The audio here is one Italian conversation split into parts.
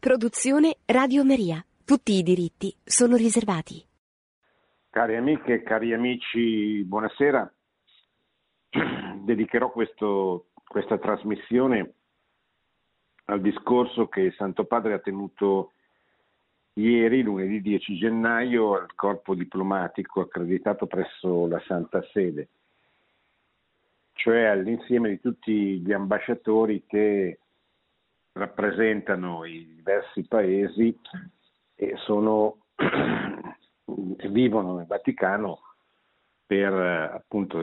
Produzione Radio Maria. Tutti i diritti sono riservati. Cari amiche e cari amici, buonasera. Dedicherò questa trasmissione al discorso che il Santo Padre ha tenuto ieri, lunedì 10 gennaio, al corpo diplomatico accreditato presso la Santa Sede, cioè all'insieme di tutti gli ambasciatori che rappresentano i diversi paesi e vivono nel Vaticano per appunto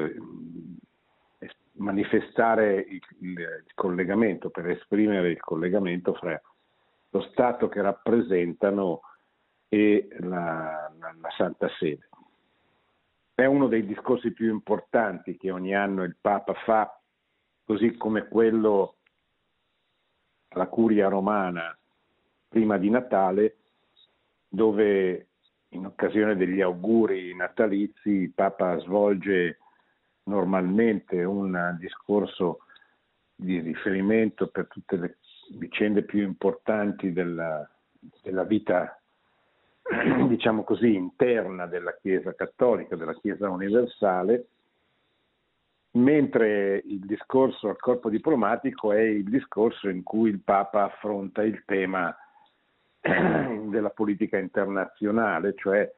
manifestare il collegamento, per esprimere il collegamento fra lo Stato che rappresentano e la Santa Sede. È uno dei discorsi più importanti che ogni anno il Papa fa, così come quello alla Curia Romana prima di Natale, dove in occasione degli auguri natalizi il Papa svolge normalmente un discorso di riferimento per tutte le vicende più importanti della vita, diciamo così, interna della Chiesa Cattolica, della Chiesa Universale, mentre il discorso al corpo diplomatico è il discorso in cui il Papa affronta il tema della politica internazionale, cioè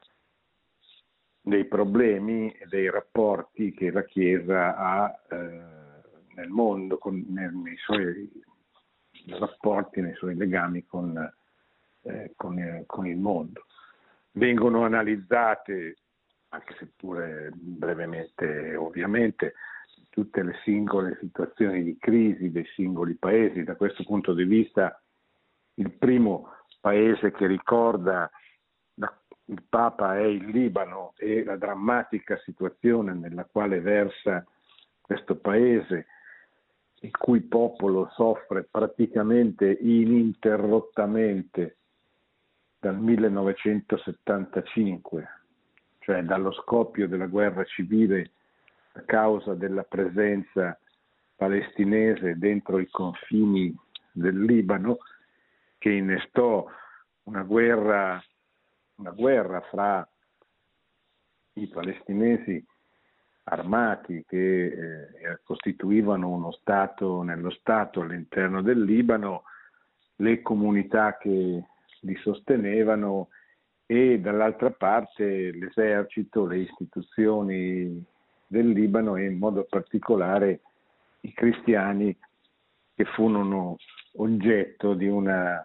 dei problemi e dei rapporti che la Chiesa ha nel mondo, nei suoi rapporti, nei suoi legami con il mondo. Vengono analizzate, anche seppure brevemente ovviamente, tutte le singole situazioni di crisi dei singoli paesi. Da questo punto di vista il primo paese che ricorda il Papa è il Libano e la drammatica situazione nella quale versa questo paese, il cui popolo soffre praticamente ininterrottamente dal 1975, cioè dallo scoppio della guerra civile a causa della presenza palestinese dentro i confini del Libano, che innestò una guerra fra i palestinesi armati che costituivano uno Stato nello Stato all'interno del Libano, le comunità che li sostenevano e dall'altra parte l'esercito, le istituzioni del Libano e in modo particolare i cristiani che furono oggetto di una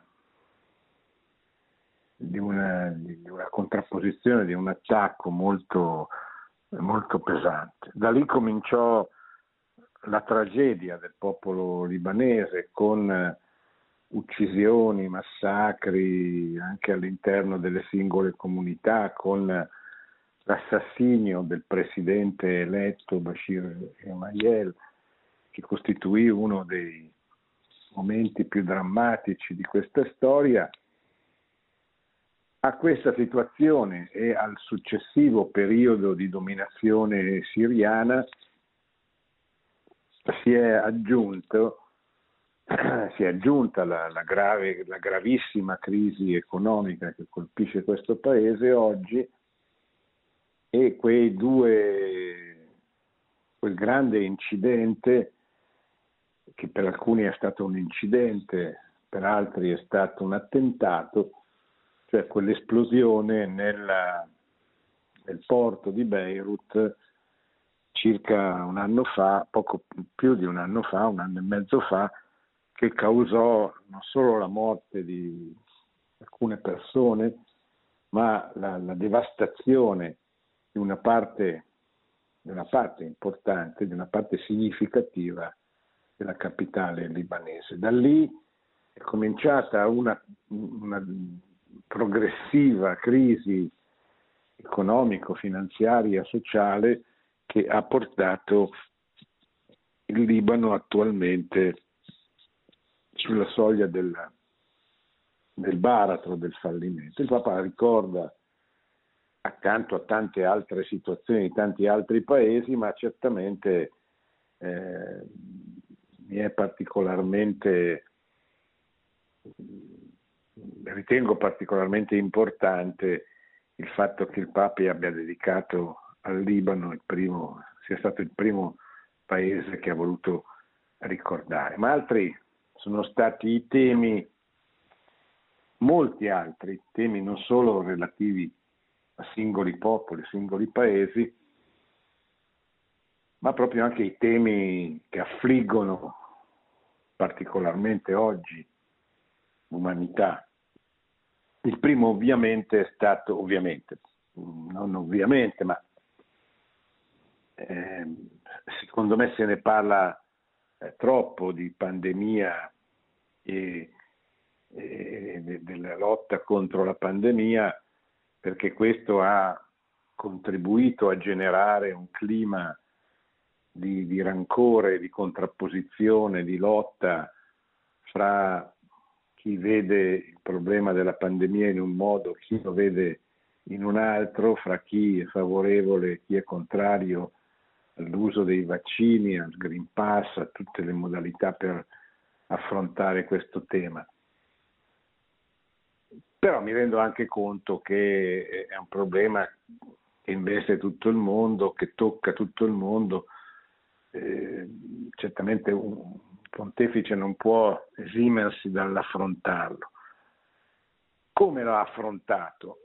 contrapposizione, di un attacco molto, molto pesante. Da lì cominciò la tragedia del popolo libanese con uccisioni, massacri anche all'interno delle singole comunità, con l'assassinio del presidente eletto Bashir Gemayel, che costituì uno dei momenti più drammatici di questa storia. A questa situazione e al successivo periodo di dominazione siriana si è aggiunta la gravissima crisi economica che colpisce questo paese oggi e quel grande incidente, che per alcuni è stato un incidente, per altri è stato un attentato, cioè quell'esplosione nel porto di Beirut circa un anno fa, poco più di un anno fa, un anno e mezzo fa, che causò non solo la morte di alcune persone, ma la devastazione di una parte importante, di una parte significativa della capitale libanese. Da lì è cominciata una progressiva crisi economico-finanziaria, sociale, che ha portato il Libano attualmente sulla soglia del baratro del fallimento. Il Papa ricorda, accanto a tante altre situazioni di tanti altri paesi, ma certamente mi è particolarmente ritengo particolarmente importante il fatto che il Papa abbia dedicato al Libano sia stato il primo paese che ha voluto ricordare, ma altri sono stati i temi, molti altri temi, non solo relativi a singoli popoli, singoli paesi, ma proprio anche i temi che affliggono particolarmente oggi l'umanità. Il primo ovviamente è stato, non ovviamente, ma secondo me se ne parla troppo di pandemia e della lotta contro la pandemia, perché questo ha contribuito a generare un clima di rancore, di contrapposizione, di lotta fra chi vede il problema della pandemia in un modo, chi lo vede in un altro, fra chi è favorevole e chi è contrario all'uso dei vaccini, al Green Pass, a tutte le modalità per affrontare questo tema. Però mi rendo anche conto che è un problema che investe tutto il mondo, che tocca tutto il mondo. Certamente un pontefice non può esimersi dall'affrontarlo. Come l'ha affrontato?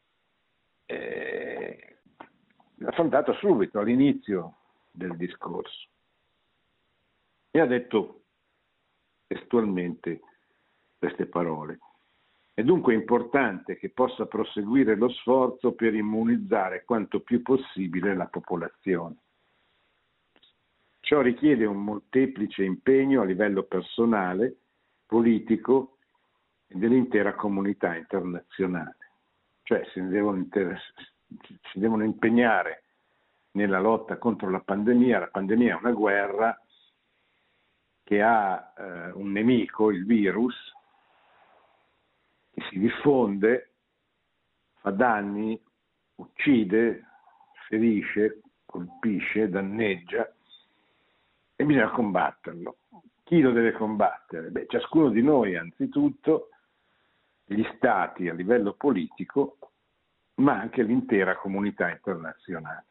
L'ha affrontato subito, all'inizio del discorso. E ha detto testualmente queste parole. È dunque importante che possa proseguire lo sforzo per immunizzare quanto più possibile la popolazione. Ciò richiede un molteplice impegno a livello personale, politico e dell'intera comunità internazionale. Cioè si devono impegnare nella lotta contro la pandemia. La pandemia è una guerra che ha un nemico, il virus, che si diffonde, fa danni, uccide, ferisce, colpisce, danneggia e bisogna combatterlo. Chi lo deve combattere? Beh, ciascuno di noi anzitutto, gli stati a livello politico, ma anche l'intera comunità internazionale.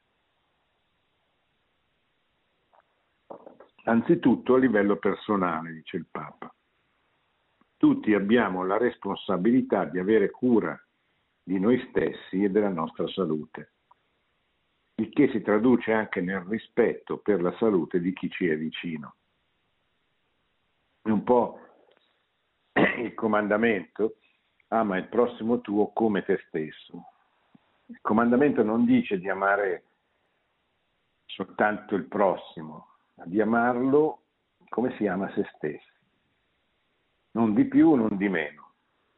Anzitutto a livello personale, dice il Papa. Tutti abbiamo la responsabilità di avere cura di noi stessi e della nostra salute, il che si traduce anche nel rispetto per la salute di chi ci è vicino. È un po' il comandamento: ama il prossimo tuo come te stesso. Il comandamento non dice di amare soltanto il prossimo, ma di amarlo come si ama se stessi. Non di più, non di meno.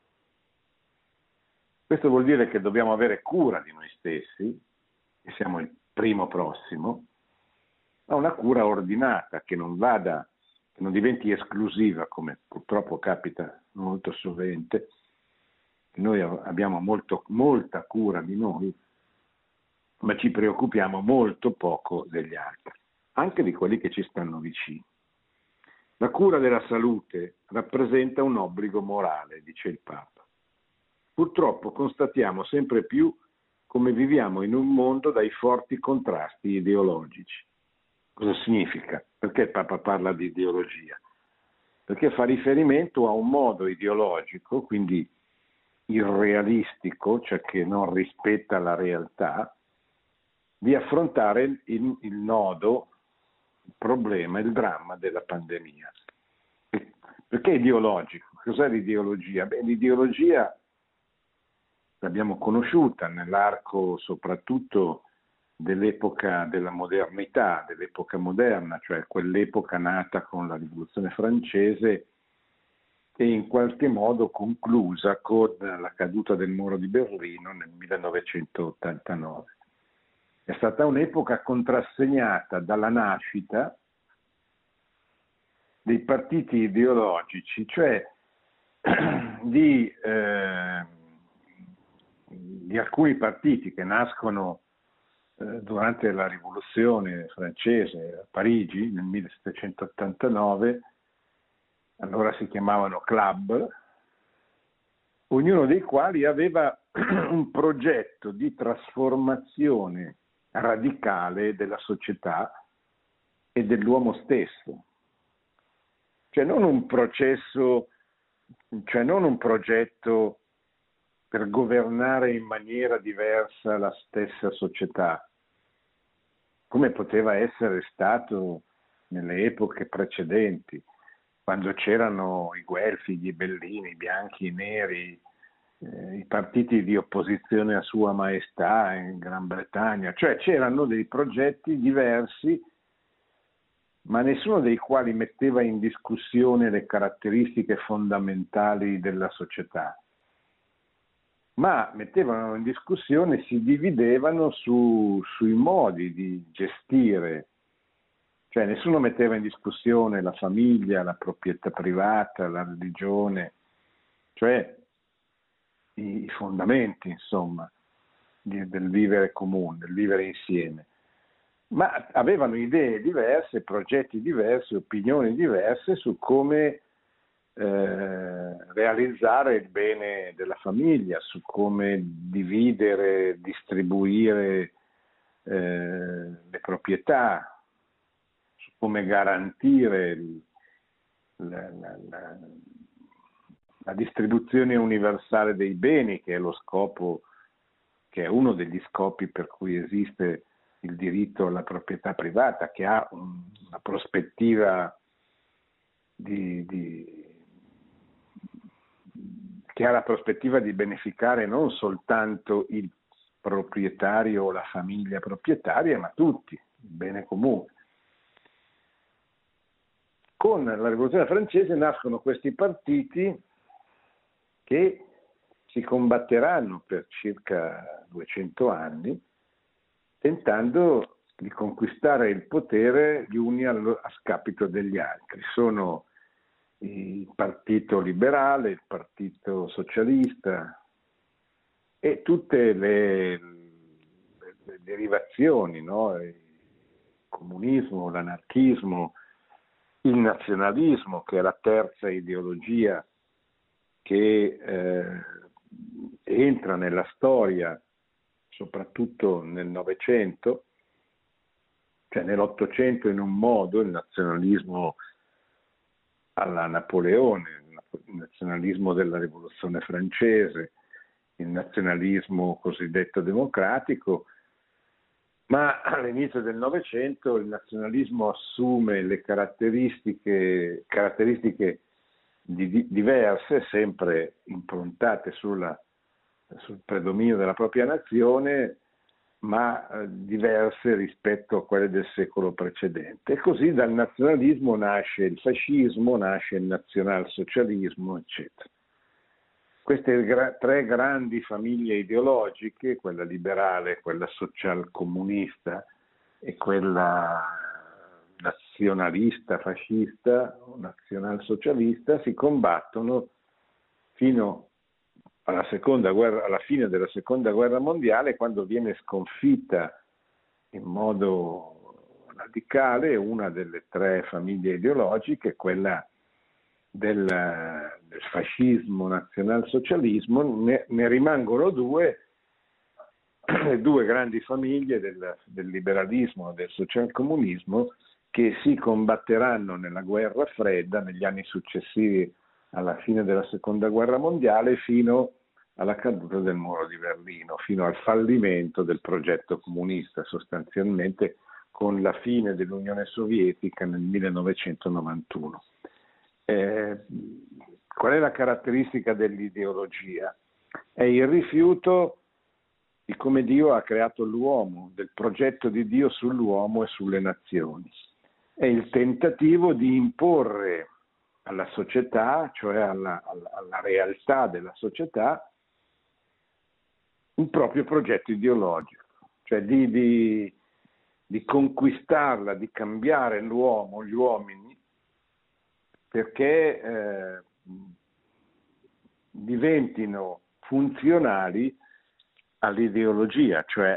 Questo vuol dire che dobbiamo avere cura di noi stessi, e siamo il primo prossimo, ma una cura ordinata, che non diventi esclusiva, come purtroppo capita molto sovente. Noi abbiamo molta cura di noi, ma ci preoccupiamo molto poco degli altri, anche di quelli che ci stanno vicini. La cura della salute rappresenta un obbligo morale, dice il Papa. Purtroppo constatiamo sempre più come viviamo in un mondo dai forti contrasti ideologici. Cosa significa? Perché il Papa parla di ideologia? Perché fa riferimento a un modo ideologico, quindi irrealistico, cioè che non rispetta la realtà, di affrontare il nodo, il problema, il dramma della pandemia. Perché ideologico? Cos'è l'ideologia? Beh, l'ideologia l'abbiamo conosciuta nell'arco soprattutto dell'epoca della modernità, dell'epoca moderna, cioè quell'epoca nata con la Rivoluzione francese e in qualche modo conclusa con la caduta del muro di Berlino nel 1989. È stata un'epoca contrassegnata dalla nascita dei partiti ideologici, cioè di alcuni partiti che nascono durante la rivoluzione francese a Parigi nel 1789, allora si chiamavano club, ognuno dei quali aveva un progetto di trasformazione radicale della società e dell'uomo stesso. Cioè non un progetto per governare in maniera diversa la stessa società, come poteva essere stato nelle epoche precedenti, quando c'erano i guelfi, gli ibellini, i bianchi, i neri, i partiti di opposizione a Sua Maestà in Gran Bretagna, cioè c'erano dei progetti diversi, ma nessuno dei quali metteva in discussione le caratteristiche fondamentali della società, ma mettevano in discussione, si dividevano sui modi di gestire. Cioè nessuno metteva in discussione la famiglia, la proprietà privata, la religione, cioè i fondamenti, insomma, del vivere comune, del vivere insieme. Ma avevano idee diverse, progetti diversi, opinioni diverse su come realizzare il bene della famiglia, su come dividere, distribuire le proprietà, come garantire la distribuzione universale dei beni, che è lo scopo, che è uno degli scopi per cui esiste il diritto alla proprietà privata, che ha una prospettiva che ha la prospettiva di beneficare non soltanto il proprietario o la famiglia proprietaria, ma tutti, il bene comune. Con la Rivoluzione francese nascono questi partiti che si combatteranno per circa 200 anni, tentando di conquistare il potere gli uni a scapito degli altri. Sono il Partito Liberale, il Partito Socialista e tutte le derivazioni, no? Il comunismo, l'anarchismo, il nazionalismo, che è la terza ideologia che entra nella storia, soprattutto nel Novecento, cioè nell'Ottocento in un modo, il nazionalismo alla Napoleone, il nazionalismo della Rivoluzione francese, il nazionalismo cosiddetto democratico, ma all'inizio del Novecento il nazionalismo assume le caratteristiche diverse, sempre improntate sul predominio della propria nazione, ma diverse rispetto a quelle del secolo precedente. E così dal nazionalismo nasce il fascismo, nasce il nazionalsocialismo, eccetera. Queste tre grandi famiglie ideologiche, quella liberale, quella socialcomunista e quella nazionalista fascista o nazionalsocialista, si combattono fino alla fine della seconda guerra mondiale, quando viene sconfitta in modo radicale una delle tre famiglie ideologiche, quella del fascismo, nazionalsocialismo. Ne rimangono due, le due grandi famiglie del liberalismo e del socialcomunismo, che si combatteranno nella guerra fredda negli anni successivi alla fine della seconda guerra mondiale, fino alla caduta del muro di Berlino, fino al fallimento del progetto comunista, sostanzialmente con la fine dell'Unione Sovietica nel 1991. Qual è la caratteristica dell'ideologia? È il rifiuto di come Dio ha creato l'uomo, del progetto di Dio sull'uomo e sulle nazioni. È il tentativo di imporre alla società, cioè alla realtà della società, un proprio progetto ideologico, cioè di conquistarla, di cambiare l'uomo, gli uomini, perché diventino funzionali all'ideologia, cioè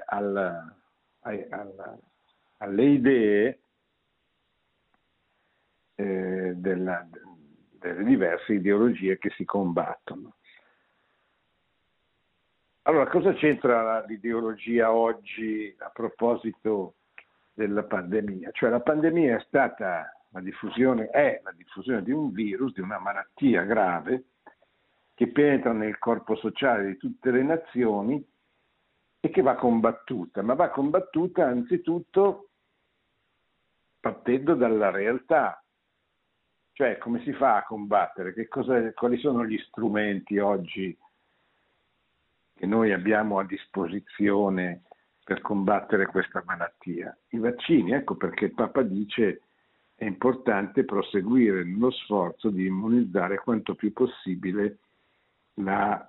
alle idee delle diverse ideologie che si combattono. Allora, cosa c'entra l'ideologia oggi a proposito della pandemia? Cioè la pandemia è la diffusione di un virus, di una malattia grave che penetra nel corpo sociale di tutte le nazioni e che va combattuta, ma va combattuta anzitutto partendo dalla realtà. Cioè, come si fa a combattere? Quali sono gli strumenti oggi che noi abbiamo a disposizione per combattere questa malattia? I vaccini, ecco perché il Papa dice è importante proseguire nello sforzo di immunizzare quanto più possibile la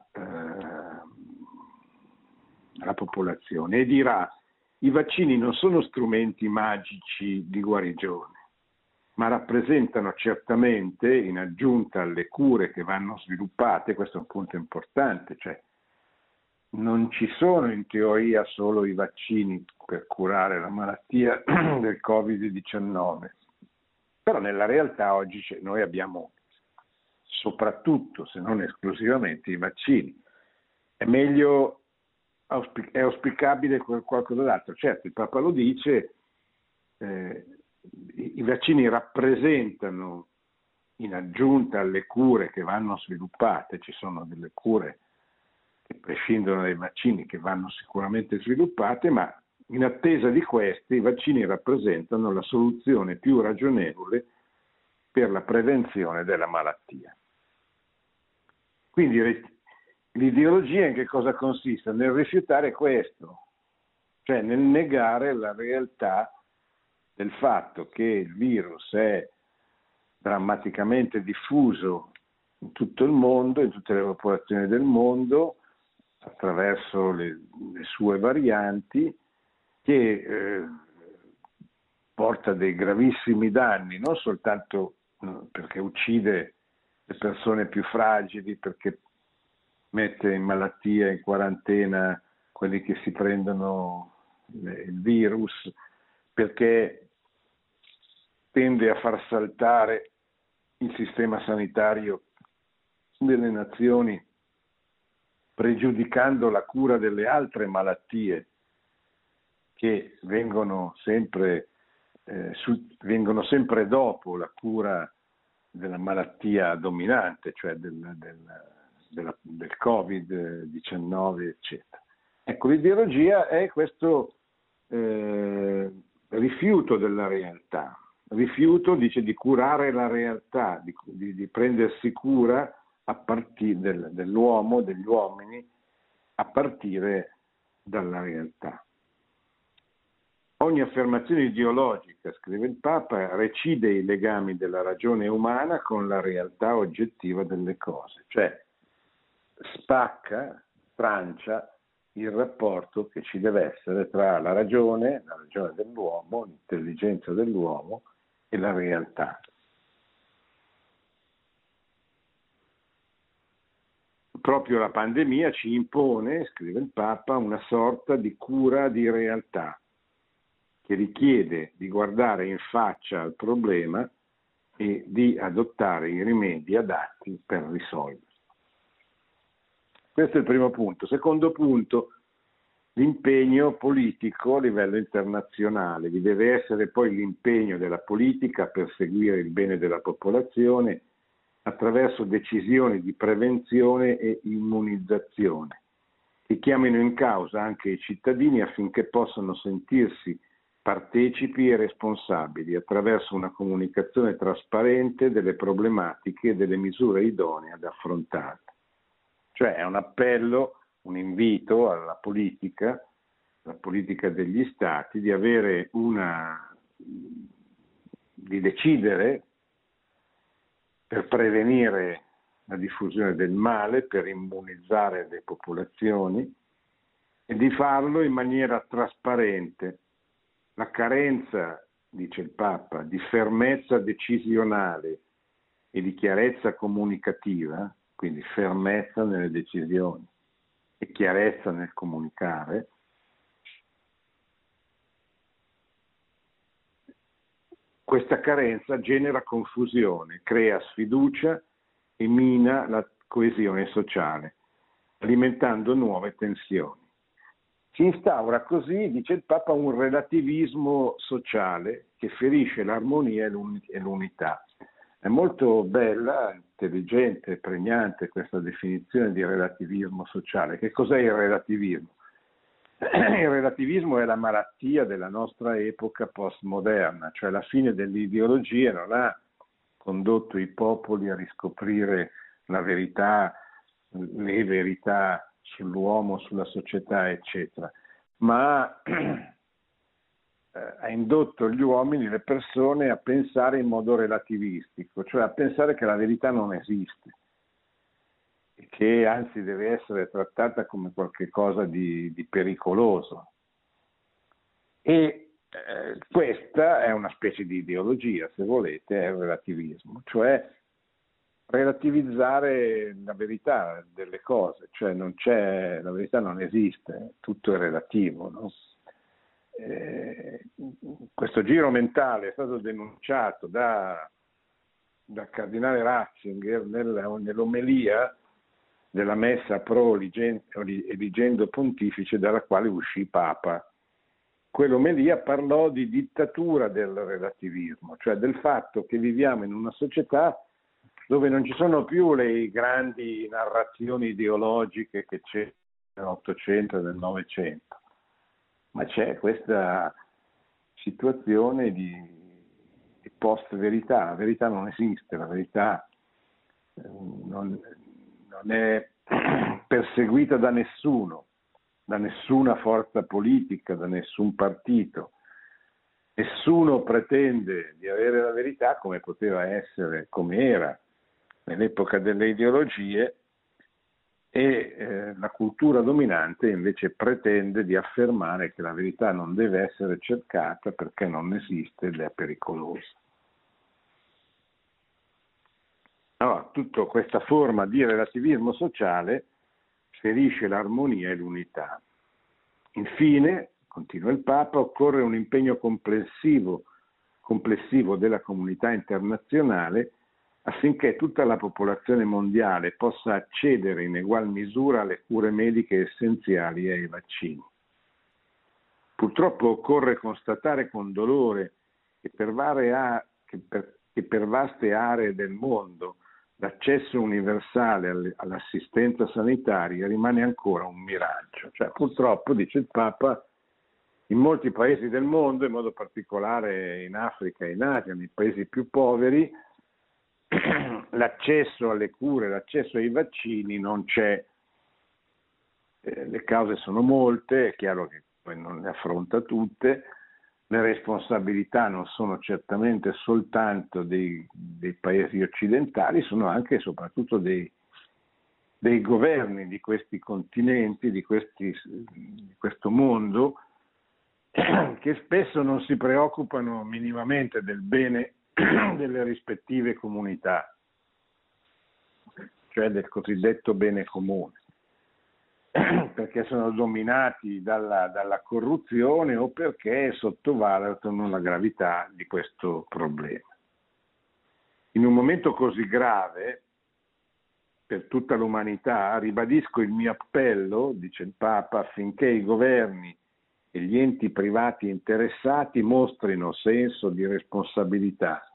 popolazione, e dirà i vaccini non sono strumenti magici di guarigione, ma rappresentano certamente, in aggiunta alle cure che vanno sviluppate, questo è un punto importante, cioè non ci sono in teoria solo i vaccini per curare la malattia del Covid-19, però nella realtà oggi noi abbiamo soprattutto, se non esclusivamente, i vaccini. È auspicabile qualcosa d'altro. Certo, il Papa lo dice, i vaccini rappresentano, in aggiunta alle cure che vanno sviluppate, ci sono delle cure che prescindono dai vaccini che vanno sicuramente sviluppate, ma in attesa di questi i vaccini rappresentano la soluzione più ragionevole per la prevenzione della malattia. Quindi l'ideologia in che cosa consiste? Nel rifiutare questo, cioè nel negare la realtà del fatto che il virus è drammaticamente diffuso in tutto il mondo, in tutte le popolazioni del mondo, attraverso le sue varianti, che porta dei gravissimi danni, non soltanto perché uccide le persone più fragili, perché mette in malattia, in quarantena quelli che si prendono il virus, perché tende a far saltare il sistema sanitario delle nazioni, pregiudicando la cura delle altre malattie che vengono sempre dopo la cura della malattia dominante, cioè del Covid-19, eccetera. Ecco, l'ideologia è questo rifiuto della realtà, rifiuto, dice, di curare la realtà, di prendersi cura a partire dell'uomo, degli uomini, a partire dalla realtà. Ogni affermazione ideologica, scrive il Papa, recide i legami della ragione umana con la realtà oggettiva delle cose, cioè spacca, trancia il rapporto che ci deve essere tra la ragione dell'uomo, l'intelligenza dell'uomo e la realtà. Proprio la pandemia ci impone, scrive il Papa, una sorta di cura di realtà che richiede di guardare in faccia al problema e di adottare i rimedi adatti per risolverlo. Questo è il primo punto. Secondo punto, l'impegno politico a livello internazionale. Vi deve essere poi l'impegno della politica a perseguire il bene della popolazione attraverso decisioni di prevenzione e immunizzazione, che chiamino in causa anche i cittadini affinché possano sentirsi partecipi e responsabili attraverso una comunicazione trasparente delle problematiche e delle misure idonee ad affrontarle. Cioè è un appello, un invito alla politica degli stati di decidere per prevenire la diffusione del male, per immunizzare le popolazioni e di farlo in maniera trasparente. La carenza, dice il Papa, di fermezza decisionale e di chiarezza comunicativa, quindi fermezza nelle decisioni e chiarezza nel comunicare, questa carenza genera confusione, crea sfiducia e mina la coesione sociale. alimentando nuove tensioni. Si instaura così, dice il Papa, un relativismo sociale che ferisce l'armonia e l'unità. È molto bella, intelligente, pregnante questa definizione di relativismo sociale. Che cos'è il relativismo? Il relativismo è la malattia della nostra epoca postmoderna, cioè la fine delle ideologie non ha condotto i popoli a riscoprire la verità, le verità sull'uomo, sulla società, eccetera, ma ha indotto gli uomini, le persone, a pensare in modo relativistico, cioè a pensare che la verità non esiste e che anzi deve essere trattata come qualcosa di pericoloso. E questa è una specie di ideologia, se volete, è il relativismo, cioè relativizzare la verità delle cose, cioè la verità non esiste, tutto è relativo, no? Questo giro mentale è stato denunciato da Cardinale Ratzinger nell'omelia della messa pro Eligendo Pontifice, dalla quale uscì Papa. Quell'omelia parlò di dittatura del relativismo, cioè del fatto che viviamo in una società dove non ci sono più le grandi narrazioni ideologiche che c'erano nell'Ottocento e nel Novecento, ma c'è questa situazione di post-verità. La verità non esiste, la verità non è perseguita da nessuno, da nessuna forza politica, da nessun partito. Nessuno pretende di avere la verità, come poteva essere, come era nell'epoca delle ideologie, e la cultura dominante invece pretende di affermare che la verità non deve essere cercata perché non esiste ed è pericolosa. Allora, tutta questa forma di relativismo sociale ferisce l'armonia e l'unità. Infine, continua il Papa, occorre un impegno complessivo della comunità internazionale affinché tutta la popolazione mondiale possa accedere in egual misura alle cure mediche essenziali e ai vaccini. Purtroppo occorre constatare con dolore che per vaste aree del mondo l'accesso universale all'assistenza sanitaria rimane ancora un miraggio. Cioè, purtroppo, dice il Papa, in molti paesi del mondo, in modo particolare in Africa e in Asia, nei paesi più poveri, l'accesso alle cure, l'accesso ai vaccini non c'è. Le cause sono molte, è chiaro che poi non le affronta tutte, le responsabilità non sono certamente soltanto dei paesi occidentali, sono anche e soprattutto dei governi di questi continenti, di questo mondo, che spesso non si preoccupano minimamente del bene delle rispettive comunità, cioè del cosiddetto bene comune, perché sono dominati dalla corruzione o perché sottovalutano la gravità di questo problema. In un momento così grave per tutta l'umanità ribadisco il mio appello, dice il Papa, affinché i governi e gli enti privati interessati mostrino senso di responsabilità,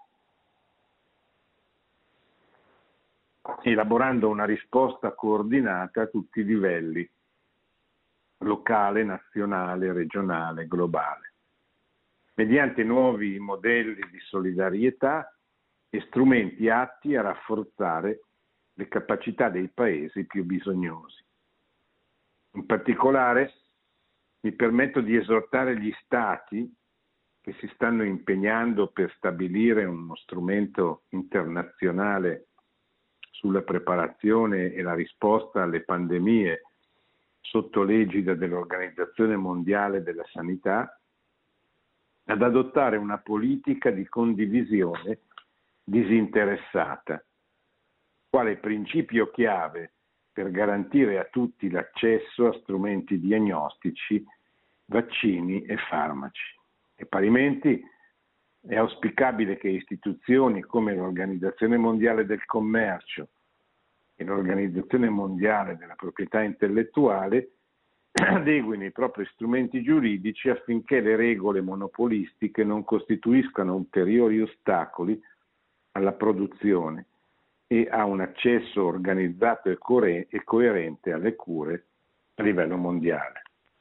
elaborando una risposta coordinata a tutti i livelli, locale, nazionale, regionale, globale, mediante nuovi modelli di solidarietà e strumenti atti a rafforzare le capacità dei paesi più bisognosi. In particolare, mi permetto di esortare gli Stati che si stanno impegnando per stabilire uno strumento internazionale sulla preparazione e la risposta alle pandemie sotto l'egida dell'Organizzazione Mondiale della Sanità, ad adottare una politica di condivisione disinteressata, quale principio chiave per garantire a tutti l'accesso a strumenti diagnostici, vaccini e farmaci. E parimenti è auspicabile che istituzioni come l'Organizzazione Mondiale del Commercio e l'Organizzazione Mondiale della Proprietà Intellettuale adeguino i propri strumenti giuridici affinché le regole monopolistiche non costituiscano ulteriori ostacoli alla produzione e a un accesso organizzato e coerente alle cure a livello mondiale.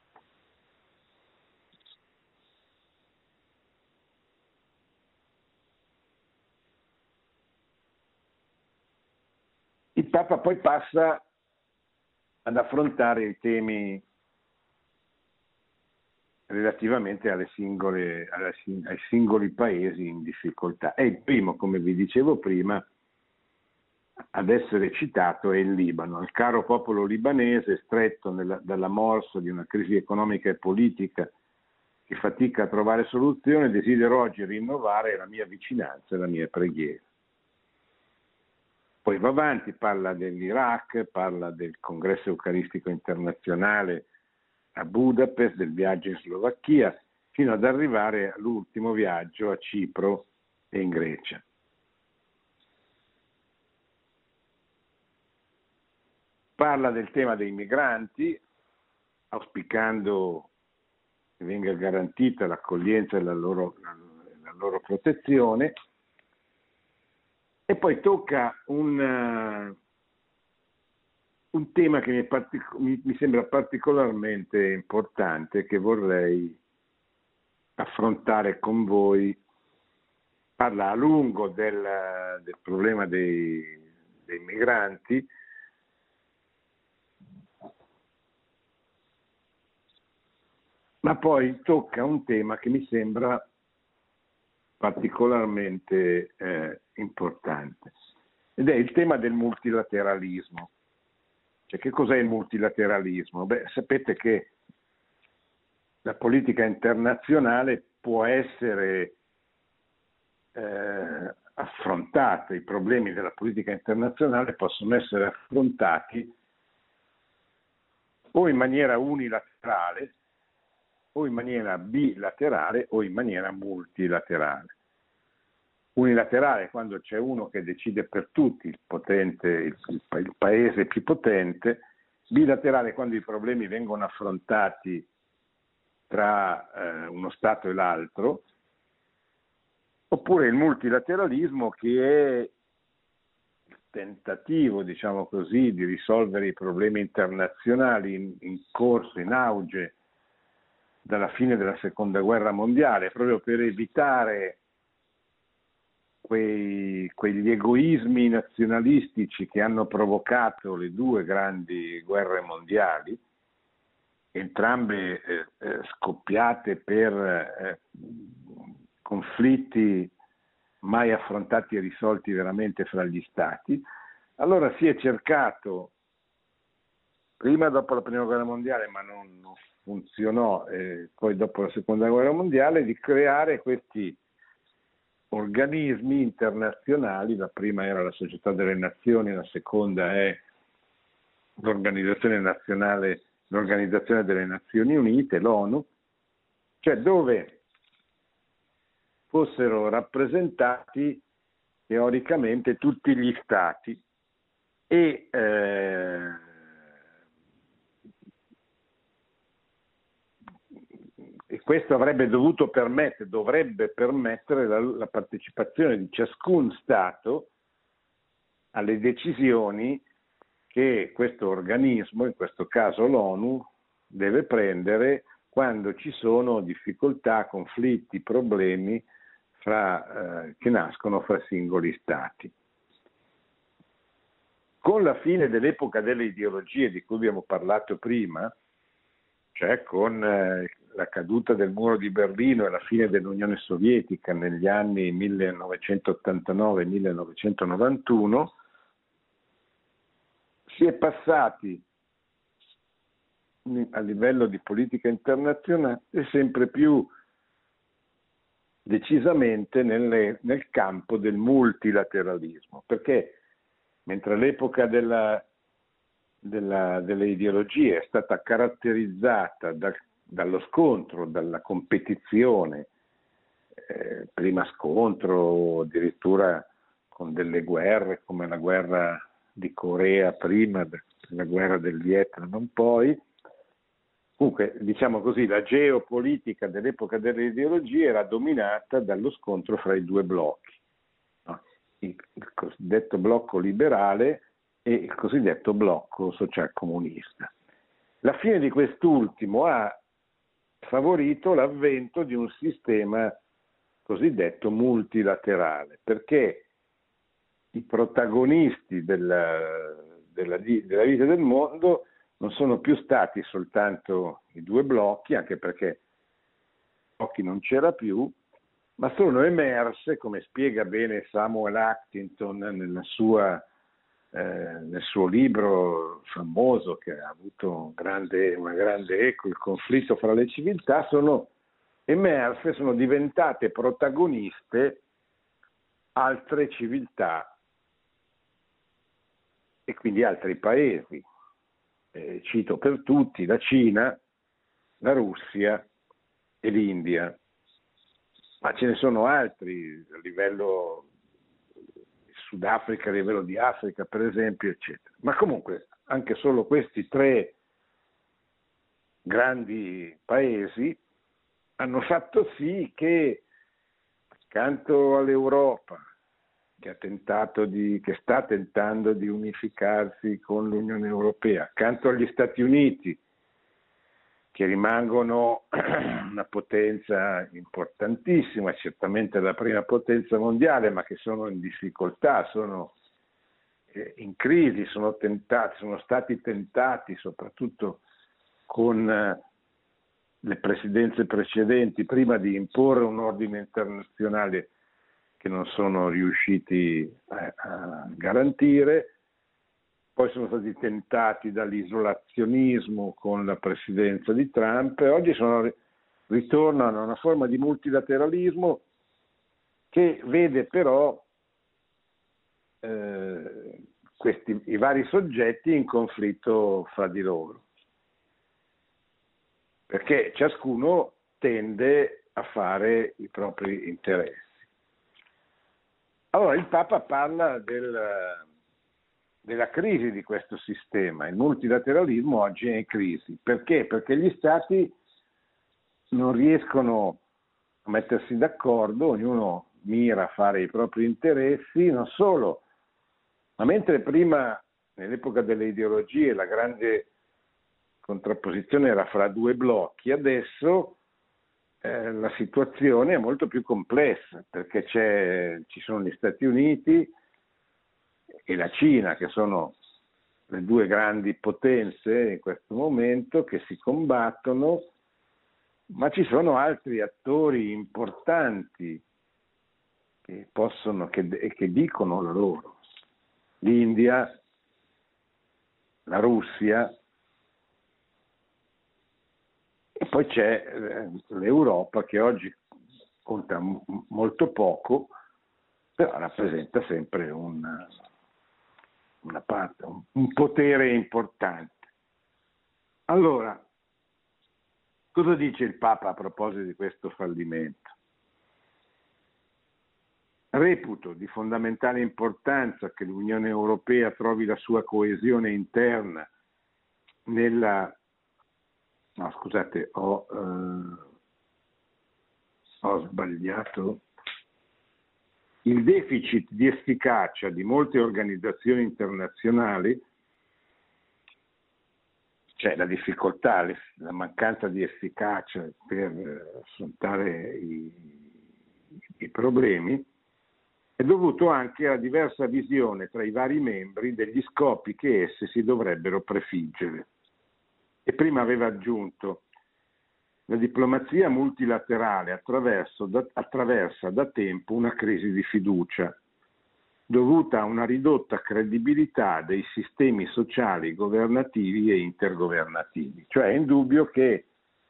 Il Papa poi passa ad affrontare i temi relativamente ai singoli paesi in difficoltà. E il primo, come vi dicevo prima, ad essere citato è il Libano. Il caro popolo libanese, stretto dalla morsa di una crisi economica e politica che fatica a trovare soluzione, desidero oggi rinnovare la mia vicinanza e la mia preghiera. Poi va avanti, parla dell'Iraq, parla del Congresso Eucaristico Internazionale a Budapest, del viaggio in Slovacchia, fino ad arrivare all'ultimo viaggio a Cipro e in Grecia. Parla del tema dei migranti, auspicando che venga garantita l'accoglienza e la loro protezione, e poi tocca un tema che mi sembra particolarmente importante, che vorrei affrontare con voi. Parla a lungo del problema dei migranti, ma poi tocca un tema che mi sembra particolarmente importante, ed è il tema del multilateralismo. Cioè, che cos'è il multilateralismo? Beh, sapete che la politica internazionale può essere affrontata, i problemi della politica internazionale possono essere affrontati o in maniera unilaterale, o in maniera bilaterale, o in maniera multilaterale. Unilaterale quando c'è uno che decide per tutti, il paese più potente; bilaterale quando i problemi vengono affrontati tra uno Stato e l'altro; oppure il multilateralismo, che è il tentativo, diciamo così, di risolvere i problemi internazionali in corso, in auge dalla fine della Seconda Guerra Mondiale, proprio per evitare quegli egoismi nazionalistici che hanno provocato le due grandi guerre mondiali, entrambe scoppiate per conflitti mai affrontati e risolti veramente fra gli stati. Allora si è cercato, prima dopo la Prima Guerra Mondiale, ma non funzionò, poi dopo la Seconda Guerra Mondiale, di creare questi organismi internazionali. La prima era la Società delle Nazioni, la seconda è l'Organizzazione delle Nazioni Unite, l'ONU, cioè dove fossero rappresentati teoricamente tutti gli stati e questo dovrebbe permettere la partecipazione di ciascun Stato alle decisioni che questo organismo, in questo caso l'ONU, deve prendere quando ci sono difficoltà, conflitti, problemi che nascono fra singoli Stati. Con la fine dell'epoca delle ideologie di cui abbiamo parlato prima, cioè con la caduta del muro di Berlino e la fine dell'Unione Sovietica negli anni 1989-1991, si è passati a livello di politica internazionale sempre più decisamente nel campo del multilateralismo, perché mentre l'epoca delle ideologie è stata caratterizzata dallo scontro, dalla competizione, prima scontro addirittura con delle guerre come la guerra di Corea prima, della guerra del Vietnam poi. Comunque, diciamo così, la geopolitica dell'epoca delle ideologie era dominata dallo scontro fra i due blocchi, no? Il cosiddetto blocco liberale e il cosiddetto blocco socialcomunista. La fine di quest'ultimo ha favorito l'avvento di un sistema cosiddetto multilaterale, perché i protagonisti della vita del mondo non sono più stati soltanto i due blocchi, anche perché blocchi non c'era più, ma sono emerse, come spiega bene Samuel Huntington nel suo libro famoso che ha avuto una grande eco, Il conflitto fra le civiltà, sono diventate protagoniste altre civiltà e quindi altri paesi. Cito per tutti la Cina, la Russia e l'India, ma ce ne sono altri a livello Sudafrica, a livello di Africa per esempio, eccetera. Ma comunque anche solo questi tre grandi paesi hanno fatto sì che accanto all'Europa, che sta tentando di unificarsi con l'Unione Europea, accanto agli Stati Uniti, che rimangono una potenza importantissima, certamente la prima potenza mondiale, ma che sono in difficoltà, sono in crisi, sono stati tentati, soprattutto con le presidenze precedenti, prima di imporre un ordine internazionale che non sono riusciti a garantire, poi sono stati tentati dall'isolazionismo con la presidenza di Trump e oggi ritornano a una forma di multilateralismo che vede però i vari soggetti in conflitto fra di loro, perché ciascuno tende a fare i propri interessi. Allora il Papa parla della crisi di questo sistema. Il multilateralismo oggi è in crisi. Perché? Perché gli Stati non riescono a mettersi d'accordo, ognuno mira a fare i propri interessi, non solo, ma mentre prima, nell'epoca delle ideologie, la grande contrapposizione era fra due blocchi, adesso la situazione è molto più complessa, perché ci sono gli Stati Uniti e la Cina, che sono le due grandi potenze in questo momento, che si combattono, ma ci sono altri attori importanti che dicono la loro. L'India, la Russia, e poi c'è l'Europa, che oggi conta molto poco, però rappresenta sempre una parte, un potere importante. Allora, cosa dice il Papa a proposito di questo fallimento? Reputo di fondamentale importanza che l'Unione Europea trovi la sua coesione interna No, scusate, ho sbagliato. Il deficit di efficacia di molte organizzazioni internazionali, cioè la difficoltà, la mancanza di efficacia per affrontare i problemi, è dovuto anche a diversa visione tra i vari membri degli scopi che essi si dovrebbero prefiggere. E prima aveva aggiunto: la diplomazia multilaterale attraversa da tempo una crisi di fiducia, dovuta a una ridotta credibilità dei sistemi sociali governativi e intergovernativi. Cioè è indubbio che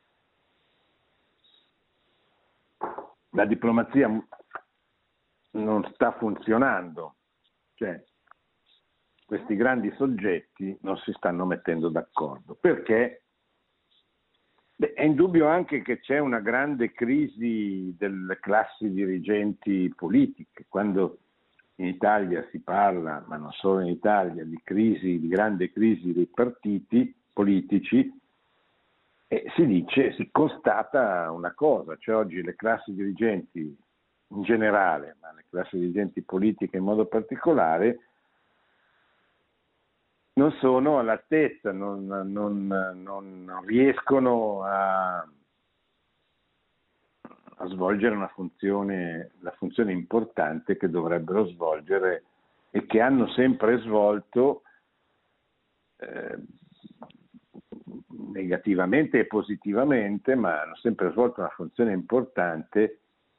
la diplomazia non sta funzionando, cioè questi grandi soggetti non si stanno mettendo d'accordo. Perché? È indubbio anche che c'è una grande crisi delle classi dirigenti politiche. Quando In Italia si parla, ma non solo in Italia, di crisi, di grande crisi dei partiti politici, e si constata una cosa, cioè oggi le classi dirigenti in generale, ma le classi dirigenti politiche in modo particolare, non sono all'altezza, non riescono a svolgere la funzione importante che dovrebbero svolgere e che hanno sempre svolto negativamente e positivamente, ma hanno sempre svolto una funzione importante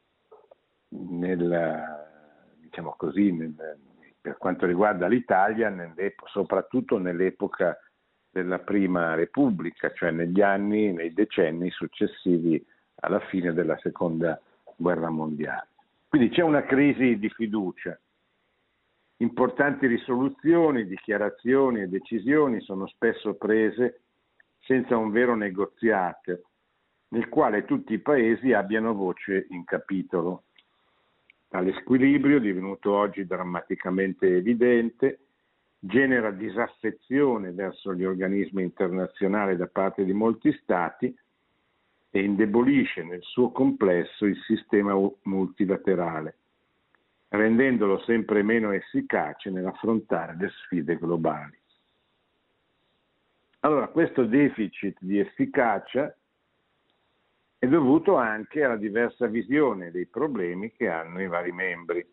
diciamo così, per quanto riguarda l'Italia, soprattutto nell'epoca della Prima Repubblica, cioè nei decenni successivi alla fine della Seconda Guerra Mondiale. Quindi c'è una crisi di fiducia. Importanti risoluzioni, dichiarazioni e decisioni sono spesso prese senza un vero negoziato, nel quale tutti i paesi abbiano voce in capitolo. Tale squilibrio, divenuto oggi drammaticamente evidente, genera disaffezione verso gli organismi internazionali da parte di molti Stati e indebolisce nel suo complesso il sistema multilaterale, rendendolo sempre meno efficace nell'affrontare le sfide globali. Allora, questo deficit di efficacia è dovuto anche alla diversa visione dei problemi che hanno i vari membri.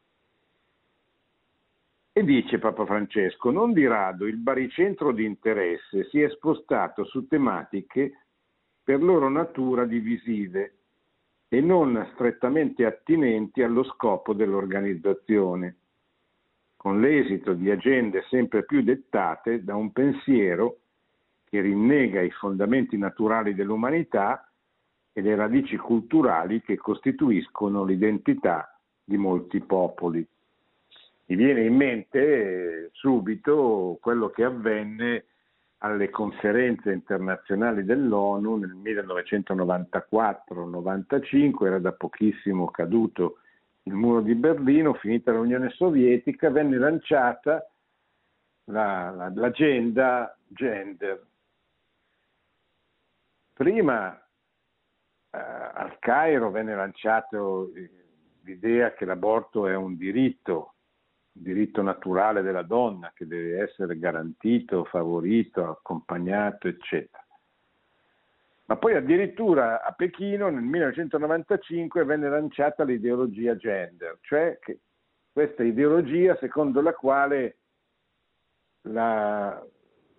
E dice Papa Francesco, non di rado il baricentro di interesse si è spostato su tematiche per loro natura divisive e non strettamente attinenti allo scopo dell'organizzazione, con l'esito di agende sempre più dettate da un pensiero che rinnega i fondamenti naturali dell'umanità e le radici culturali che costituiscono l'identità di molti popoli. Mi viene in mente subito quello che avvenne alle conferenze internazionali dell'ONU nel 1994-95, era da pochissimo caduto il muro di Berlino, finita l'Unione Sovietica, venne lanciata l'agenda gender. Prima al Cairo venne lanciato l'idea che l'aborto è un diritto naturale della donna, che deve essere garantito, favorito, accompagnato, eccetera. Ma poi addirittura a Pechino nel 1995 venne lanciata l'ideologia gender, cioè questa ideologia secondo la quale la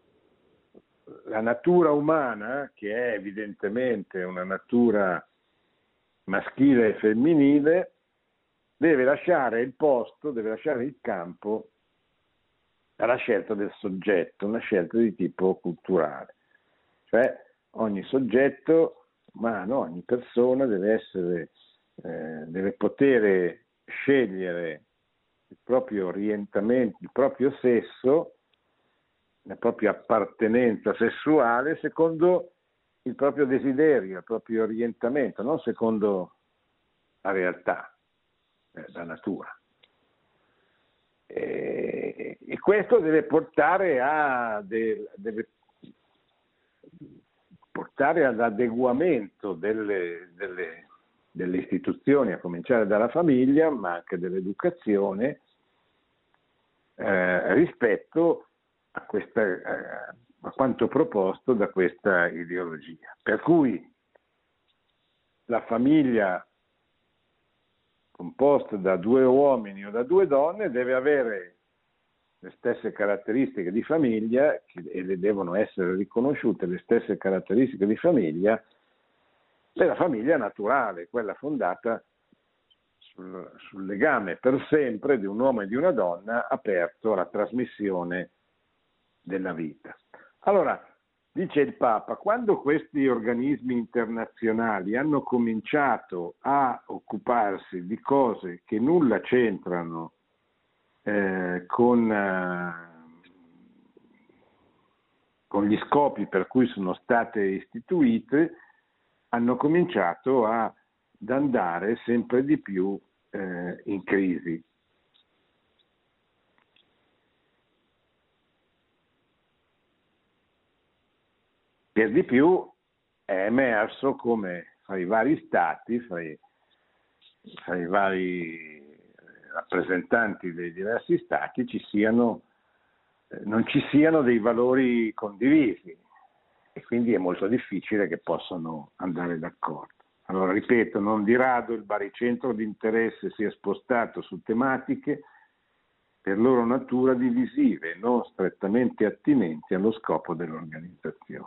natura umana, che è evidentemente una natura maschile e femminile, deve lasciare il posto, deve lasciare il campo alla scelta del soggetto, una scelta di tipo culturale. Cioè ogni soggetto umano, ogni persona deve poter scegliere il proprio orientamento, il proprio sesso, la propria appartenenza sessuale secondo il proprio desiderio, il proprio orientamento, non secondo la realtà, la natura. E questo deve portare all'adeguamento delle istituzioni, a cominciare dalla famiglia, ma anche dell'educazione, rispetto a quanto proposto da questa ideologia. Per cui la famiglia composta da 2 uomini o da 2 donne deve avere le stesse caratteristiche di famiglia e le devono essere riconosciute le stesse caratteristiche di famiglia della famiglia naturale, quella fondata sul legame per sempre di un uomo e di una donna aperto alla trasmissione della vita. Allora, dice il Papa, quando questi organismi internazionali hanno cominciato a occuparsi di cose che nulla c'entrano con gli scopi per cui sono state istituite, hanno cominciato ad andare sempre di più in crisi. Per di più è emerso come fra i vari stati, fra i vari rappresentanti dei diversi stati non ci siano dei valori condivisi e quindi è molto difficile che possano andare d'accordo. Allora, ripeto, non di rado il baricentro di interesse si è spostato su tematiche per loro natura divisive, non strettamente attinenti allo scopo dell'organizzazione,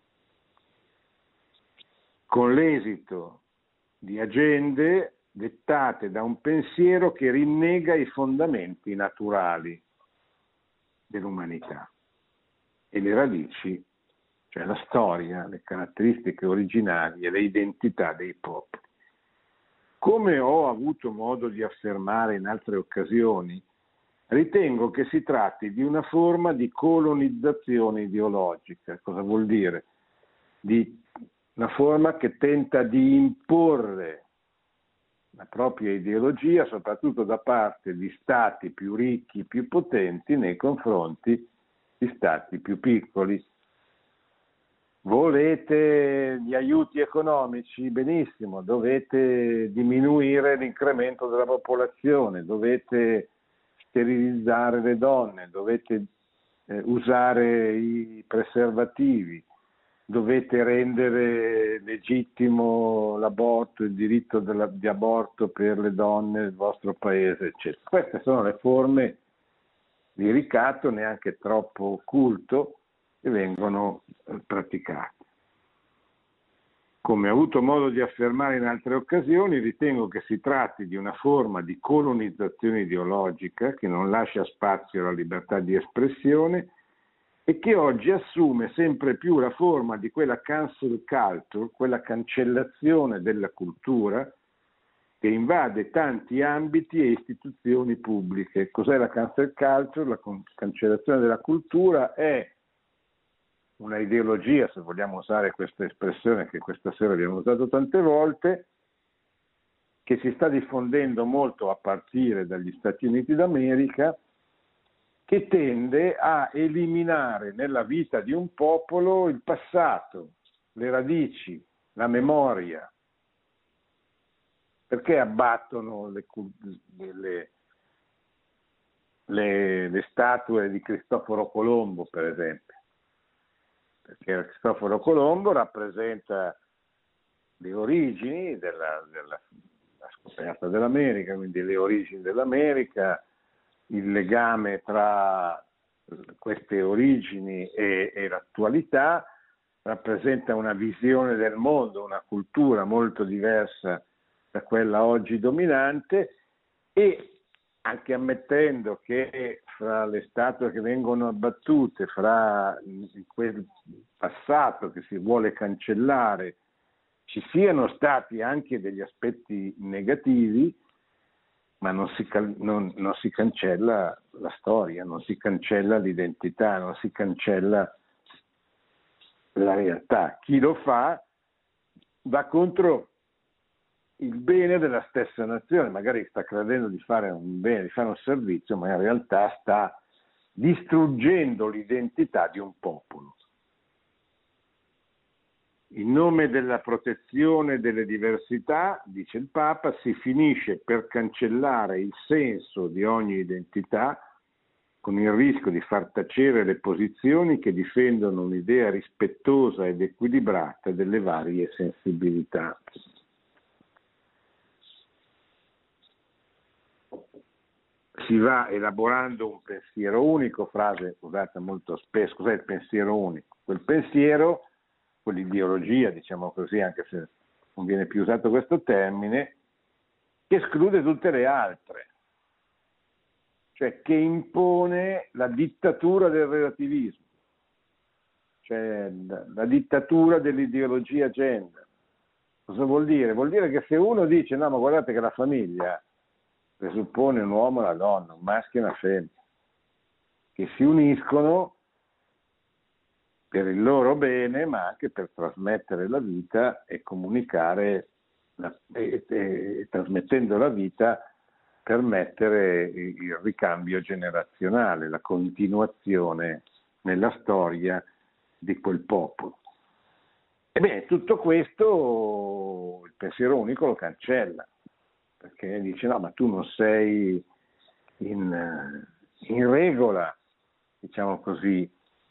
con l'esito di agende dettate da un pensiero che rinnega i fondamenti naturali dell'umanità e le radici, cioè la storia, le caratteristiche originali e le identità dei popoli. Come ho avuto modo di affermare in altre occasioni, ritengo che si tratti di una forma di colonizzazione ideologica. Cosa vuol dire? Di una forma che tenta di imporre la propria ideologia, soprattutto da parte di stati più ricchi, più potenti, nei confronti di stati più piccoli. Volete gli aiuti economici? Benissimo, dovete diminuire l'incremento della popolazione, dovete sterilizzare le donne, dovete usare i preservativi, dovete rendere legittimo l'aborto, il diritto di aborto per le donne del vostro paese, eccetera. Queste sono le forme di ricatto neanche troppo occulto che vengono praticate. Come ho avuto modo di affermare in altre occasioni, ritengo che si tratti di una forma di colonizzazione ideologica che non lascia spazio alla libertà di espressione e che oggi assume sempre più la forma di quella cancel culture, quella cancellazione della cultura che invade tanti ambiti e istituzioni pubbliche. Cos'è la cancel culture? La cancellazione della cultura è una ideologia, se vogliamo usare questa espressione che questa sera abbiamo usato tante volte, che si sta diffondendo molto a partire dagli Stati Uniti d'America, che tende a eliminare nella vita di un popolo il passato, le radici, la memoria. Perché abbattono le statue di Cristoforo Colombo, per esempio? Perché Cristoforo Colombo rappresenta le origini della scoperta dell'America, quindi le origini dell'America, il legame tra queste origini e l'attualità, rappresenta una visione del mondo, una cultura molto diversa da quella oggi dominante e anche ammettendo che fra le statue che vengono abbattute, fra quel passato che si vuole cancellare, ci siano stati anche degli aspetti negativi, ma non si cancella la storia, non si cancella l'identità, non si cancella la realtà. Chi lo fa va contro il bene della stessa nazione, magari sta credendo di fare un bene, di fare un servizio, ma in realtà sta distruggendo l'identità di un popolo. In nome della protezione delle diversità, dice il Papa, si finisce per cancellare il senso di ogni identità, con il rischio di far tacere le posizioni che difendono un'idea rispettosa ed equilibrata delle varie sensibilità. Si va elaborando un pensiero unico, frase usata molto spesso. Cos'è il pensiero unico? Quel pensiero, quell'ideologia, diciamo così, anche se non viene più usato questo termine, che esclude tutte le altre, cioè che impone la dittatura del relativismo, cioè la dittatura dell'ideologia gender. Cosa vuol dire? Vuol dire che se uno dice no, ma guardate che la famiglia presuppone un uomo e una donna, un maschio e una femmina, che si uniscono per il loro bene, ma anche per trasmettere la vita e comunicare, e trasmettendo la vita, permettere il ricambio generazionale, la continuazione nella storia di quel popolo. Ebbene, tutto questo il pensiero unico lo cancella, perché dice no, ma tu non sei in regola, diciamo così,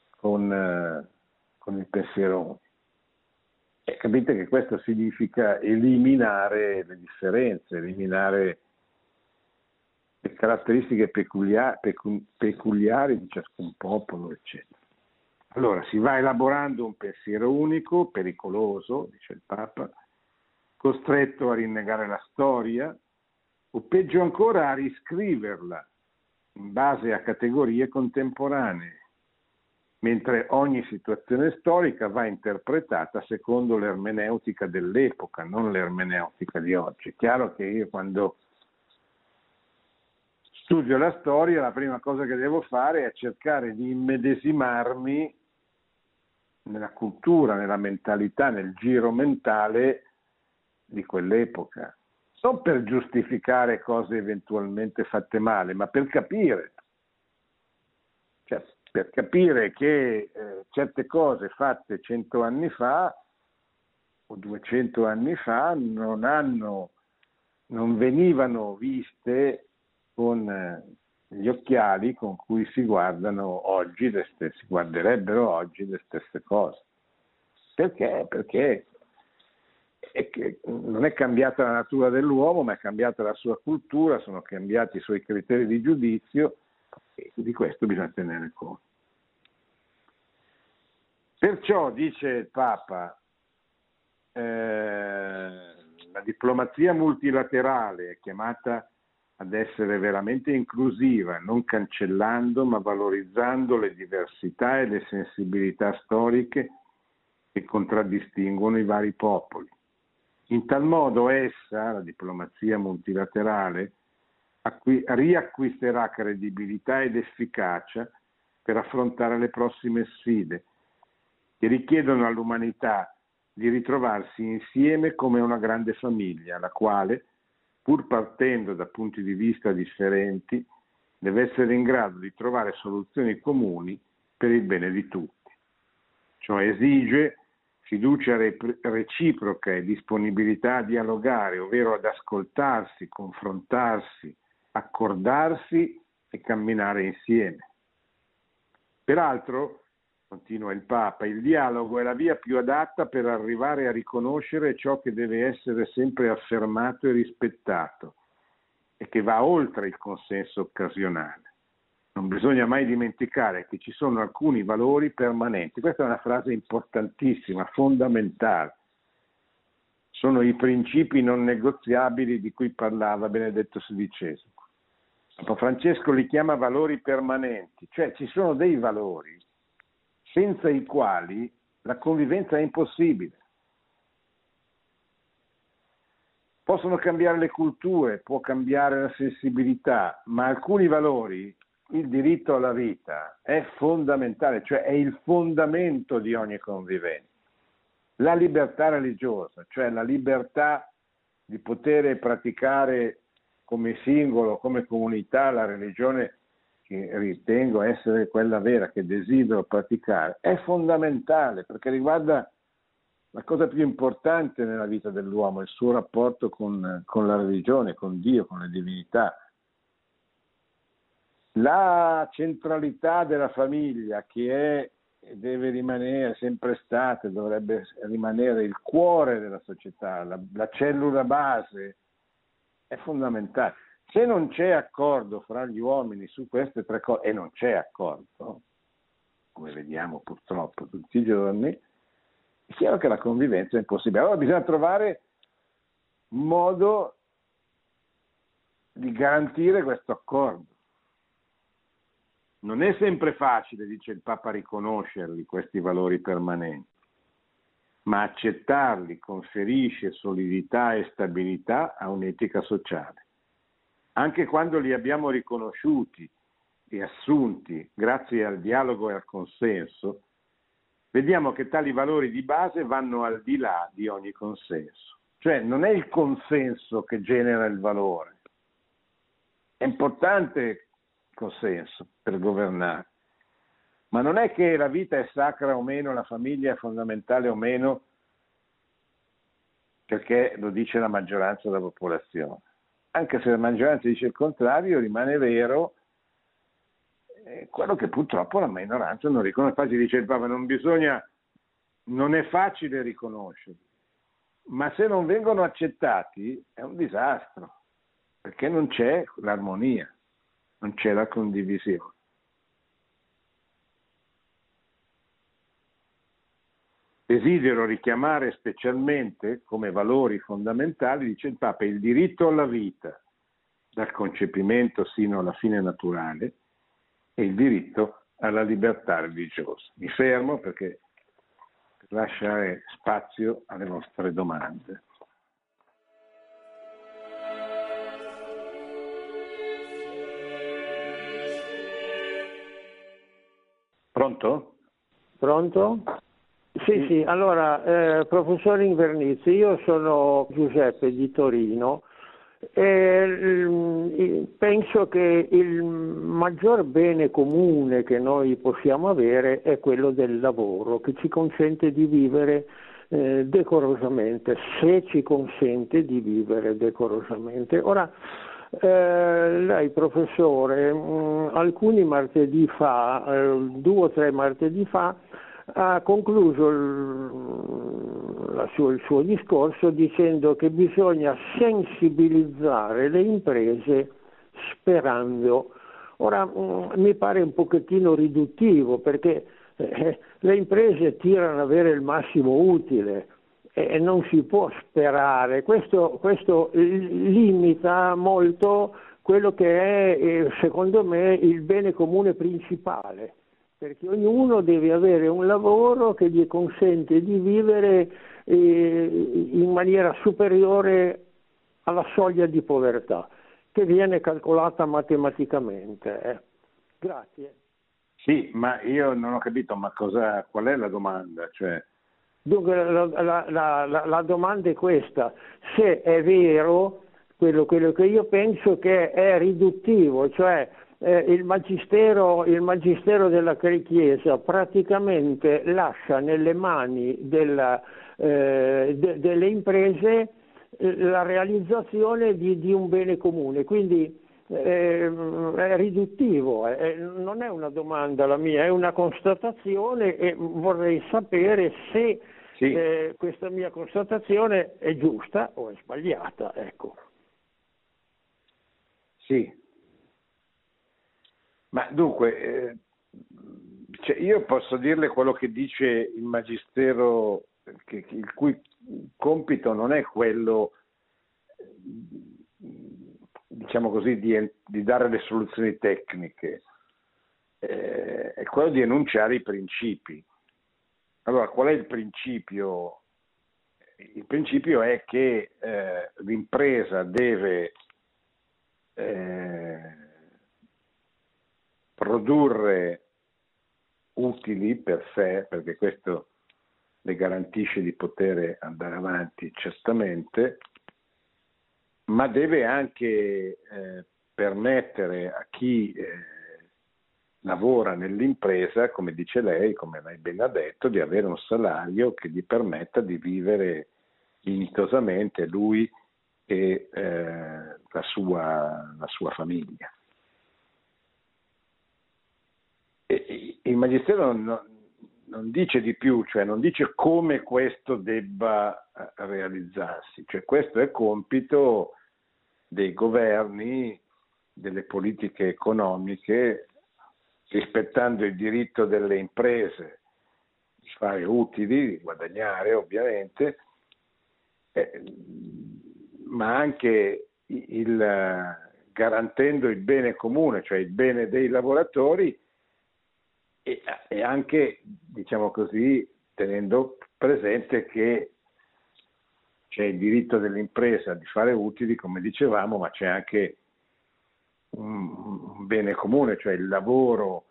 con il pensiero unico. E capite che questo significa eliminare le differenze, eliminare le caratteristiche peculiari di ciascun popolo, eccetera. Allora si va elaborando un pensiero unico, pericoloso, dice il Papa, costretto a rinnegare la storia o peggio ancora a riscriverla in base a categorie contemporanee, mentre ogni situazione storica va interpretata secondo l'ermeneutica dell'epoca, non l'ermeneutica di oggi. È chiaro che io quando studio la storia la prima cosa che devo fare è cercare di immedesimarmi nella cultura, nella mentalità, nel giro mentale di quell'epoca, non per giustificare cose eventualmente fatte male, ma per capire. Cioè, per capire che certe cose fatte 100 anni fa o 200 anni fa non venivano viste con gli occhiali con cui si guardano oggi, si guarderebbero oggi le stesse cose. Perché? Perché non è cambiata la natura dell'uomo, ma è cambiata la sua cultura, sono cambiati i suoi criteri di giudizio e di questo bisogna tenere conto. Perciò, dice il Papa, la diplomazia multilaterale è chiamata ad essere veramente inclusiva, non cancellando ma valorizzando le diversità e le sensibilità storiche che contraddistinguono i vari popoli. In tal modo essa, la diplomazia multilaterale, riacquisterà credibilità ed efficacia per affrontare le prossime sfide che richiedono all'umanità di ritrovarsi insieme come una grande famiglia, la quale, pur partendo da punti di vista differenti, deve essere in grado di trovare soluzioni comuni per il bene di tutti. Ciò esige fiducia reciproca e disponibilità a dialogare, ovvero ad ascoltarsi, confrontarsi, accordarsi e camminare insieme. Peraltro, continua il Papa, il dialogo è la via più adatta per arrivare a riconoscere ciò che deve essere sempre affermato e rispettato e che va oltre il consenso occasionale. Non bisogna mai dimenticare che ci sono alcuni valori permanenti. Questa è una frase importantissima, fondamentale. Sono i principi non negoziabili di cui parlava Benedetto XVI. Papa Francesco li chiama valori permanenti, cioè ci sono dei valori senza i quali la convivenza è impossibile. Possono cambiare le culture, può cambiare la sensibilità, ma alcuni valori, il diritto alla vita, è fondamentale, cioè è il fondamento di ogni convivenza. La libertà religiosa, cioè la libertà di poter praticare come singolo, come comunità, la religione che ritengo essere quella vera, che desidero praticare, è fondamentale perché riguarda la cosa più importante nella vita dell'uomo, il suo rapporto con la religione, con Dio, con le divinità. La centralità della famiglia, che è e deve rimanere sempre stata, dovrebbe rimanere il cuore della società, la cellula base, è fondamentale. Se non c'è accordo fra gli uomini su queste tre cose, e non c'è accordo, come vediamo purtroppo tutti i giorni, è chiaro che la convivenza è impossibile. Allora bisogna trovare un modo di garantire questo accordo. Non è sempre facile, dice il Papa, riconoscerli, questi valori permanenti, ma accettarli conferisce solidità e stabilità a un'etica sociale. Anche quando li abbiamo riconosciuti e assunti grazie al dialogo e al consenso, vediamo che tali valori di base vanno al di là di ogni consenso. Cioè non è il consenso che genera il valore. È importante il consenso per governare, ma non è che la vita è sacra o meno, la famiglia è fondamentale o meno, perché lo dice la maggioranza della popolazione. Anche se la maggioranza dice il contrario, rimane vero quello che purtroppo la minoranza non riconosce. Infatti dice il Papa, non è facile riconoscerli, ma se non vengono accettati è un disastro, perché non c'è l'armonia, non c'è la condivisione. Desidero richiamare specialmente come valori fondamentali, dice il Papa, il diritto alla vita, dal concepimento sino alla fine naturale, e il diritto alla libertà religiosa. Mi fermo perché per lasciare spazio alle vostre domande. Pronto? Pronto? Sì, allora, professore Invernizzi, io sono Giuseppe di Torino e penso che il maggior bene comune che noi possiamo avere è quello del lavoro, che ci consente di vivere decorosamente, se ci consente di vivere decorosamente. Ora, lei professore, alcuni martedì fa, 2 o 3 martedì fa, ha concluso il suo discorso dicendo che bisogna sensibilizzare le imprese sperando. Ora mi pare un pochettino riduttivo, perché le imprese tirano ad avere il massimo utile e non si può sperare. Questo limita molto quello che è, secondo me, il bene comune principale, perché ognuno deve avere un lavoro che gli consente di vivere in maniera superiore alla soglia di povertà, che viene calcolata matematicamente. Grazie. Sì, ma io non ho capito, ma qual è la domanda? Cioè... Dunque la domanda è questa: se è vero quello che io penso, che è riduttivo, cioè il magistero della Chiesa praticamente lascia nelle mani delle imprese la realizzazione di un bene comune, quindi è riduttivo, non è una domanda la mia, è una constatazione, e vorrei sapere se questa mia constatazione è giusta o è sbagliata, ecco. Sì. Ma dunque, io posso dirle quello che dice il Magistero, il cui compito non è quello, diciamo così, di dare le soluzioni tecniche, è quello di enunciare i principi. Allora, qual è il principio? Il principio è che l'impresa deve produrre utili per sé, perché questo le garantisce di poter andare avanti certamente, ma deve anche permettere a chi lavora nell'impresa, come dice lei, come lei ben ha detto, di avere un salario che gli permetta di vivere dignitosamente lui e la sua famiglia. E il Magistero non dice di più, cioè non dice come questo debba realizzarsi, cioè questo è compito dei governi, delle politiche economiche, rispettando il diritto delle imprese di fare utili, di guadagnare ovviamente, ma anche garantendo il bene comune, cioè il bene dei lavoratori, e anche, diciamo così, tenendo presente che c'è il diritto dell'impresa di fare utili, come dicevamo, ma c'è anche un bene comune, cioè il lavoro,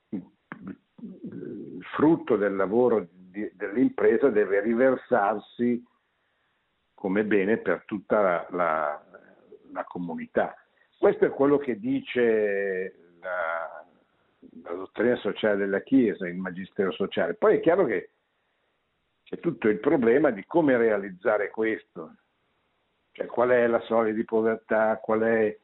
il frutto del lavoro dell'impresa deve riversarsi come bene per tutta la comunità. Questo è quello che dice la dottrina sociale della Chiesa, il magistero sociale. Poi è chiaro che c'è tutto il problema di come realizzare questo, cioè qual è la soglia di povertà, qual è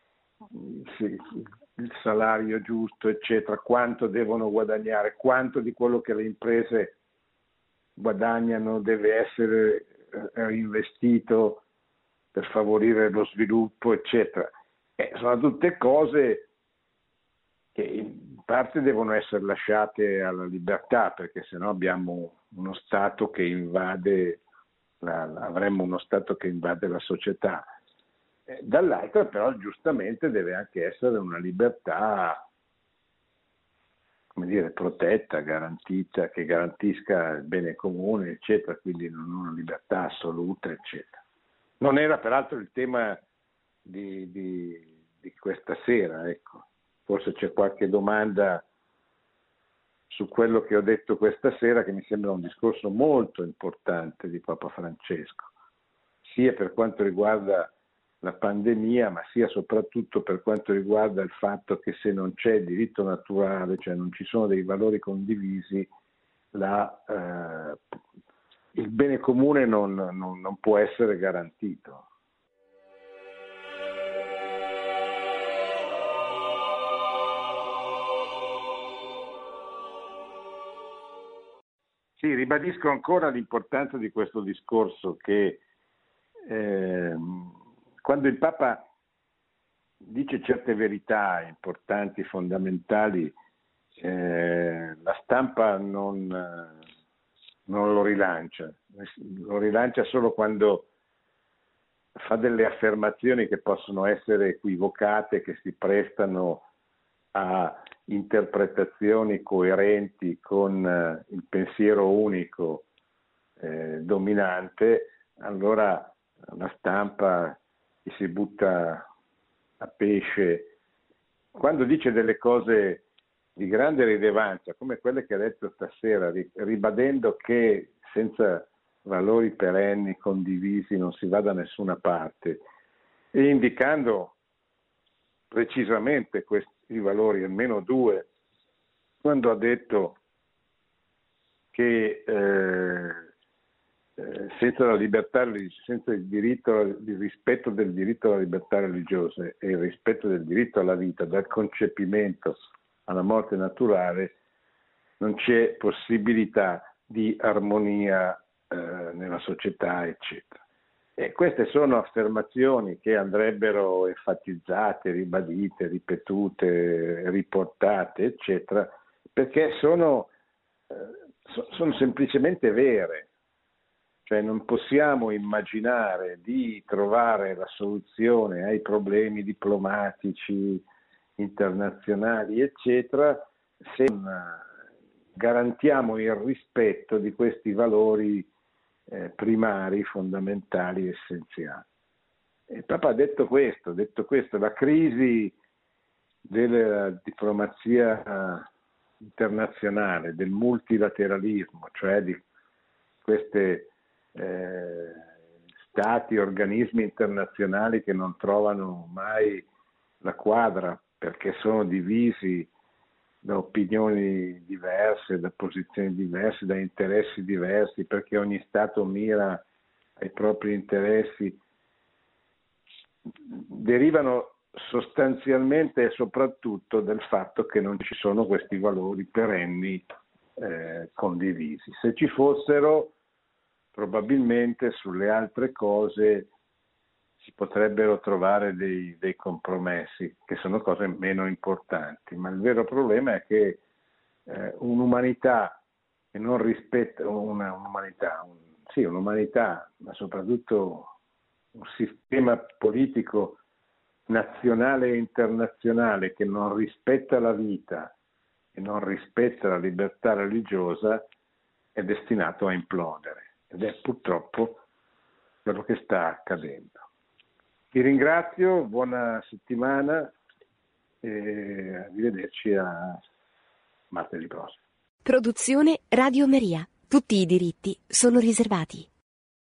il salario giusto, eccetera, quanto devono guadagnare, quanto di quello che le imprese guadagnano deve essere investito per favorire lo sviluppo, eccetera. Sono tutte cose che in parte devono essere lasciate alla libertà, perché sennò abbiamo uno Stato che invade, avremmo uno Stato che invade la società. Dall'altra però giustamente deve anche essere una libertà, come dire, protetta, garantita, che garantisca il bene comune, eccetera, quindi non una libertà assoluta, eccetera. Non era peraltro il tema di questa sera, ecco. Forse c'è qualche domanda su quello che ho detto questa sera, che mi sembra un discorso molto importante di Papa Francesco, sia per quanto riguarda la pandemia, ma sia soprattutto per quanto riguarda il fatto che se non c'è diritto naturale, cioè non ci sono dei valori condivisi, il bene comune non può essere garantito. Sì, ribadisco ancora l'importanza di questo discorso che quando il Papa dice certe verità importanti, fondamentali, la stampa non lo rilancia solo quando fa delle affermazioni che possono essere equivocate, che si prestano a interpretazioni coerenti con il pensiero unico dominante. Allora la stampa si butta a pesce. Quando dice delle cose di grande rilevanza, come quelle che ha detto stasera, ribadendo che senza valori perenni condivisi non si va da nessuna parte, e indicando precisamente questi valori, almeno due, quando ha detto che senza la libertà, senza il rispetto del diritto alla libertà religiosa e il rispetto del diritto alla vita, dal concepimento alla morte naturale, non c'è possibilità di armonia nella società, eccetera. E queste sono affermazioni che andrebbero enfatizzate, ribadite, ripetute, riportate, eccetera, perché sono semplicemente vere. Cioè non possiamo immaginare di trovare la soluzione ai problemi diplomatici, internazionali, eccetera, se non garantiamo il rispetto di questi valori primari, fondamentali, essenziali. Il Papa ha detto questo, la crisi della diplomazia internazionale, del multilateralismo, cioè di queste stati, organismi internazionali che non trovano mai la quadra perché sono divisi da opinioni diverse, da posizioni diverse, da interessi diversi, perché ogni Stato mira ai propri interessi, derivano sostanzialmente e soprattutto dal fatto che non ci sono questi valori perenni condivisi. Se ci fossero, probabilmente sulle altre cose si potrebbero trovare dei compromessi, che sono cose meno importanti, ma il vero problema è che un'umanità che non rispetta un'umanità, ma soprattutto un sistema politico nazionale e internazionale che non rispetta la vita e non rispetta la libertà religiosa è destinato a implodere, ed è purtroppo quello che sta accadendo. Vi ringrazio, buona settimana e arrivederci a martedì prossimo. Produzione Radio Maria. Tutti i diritti sono riservati.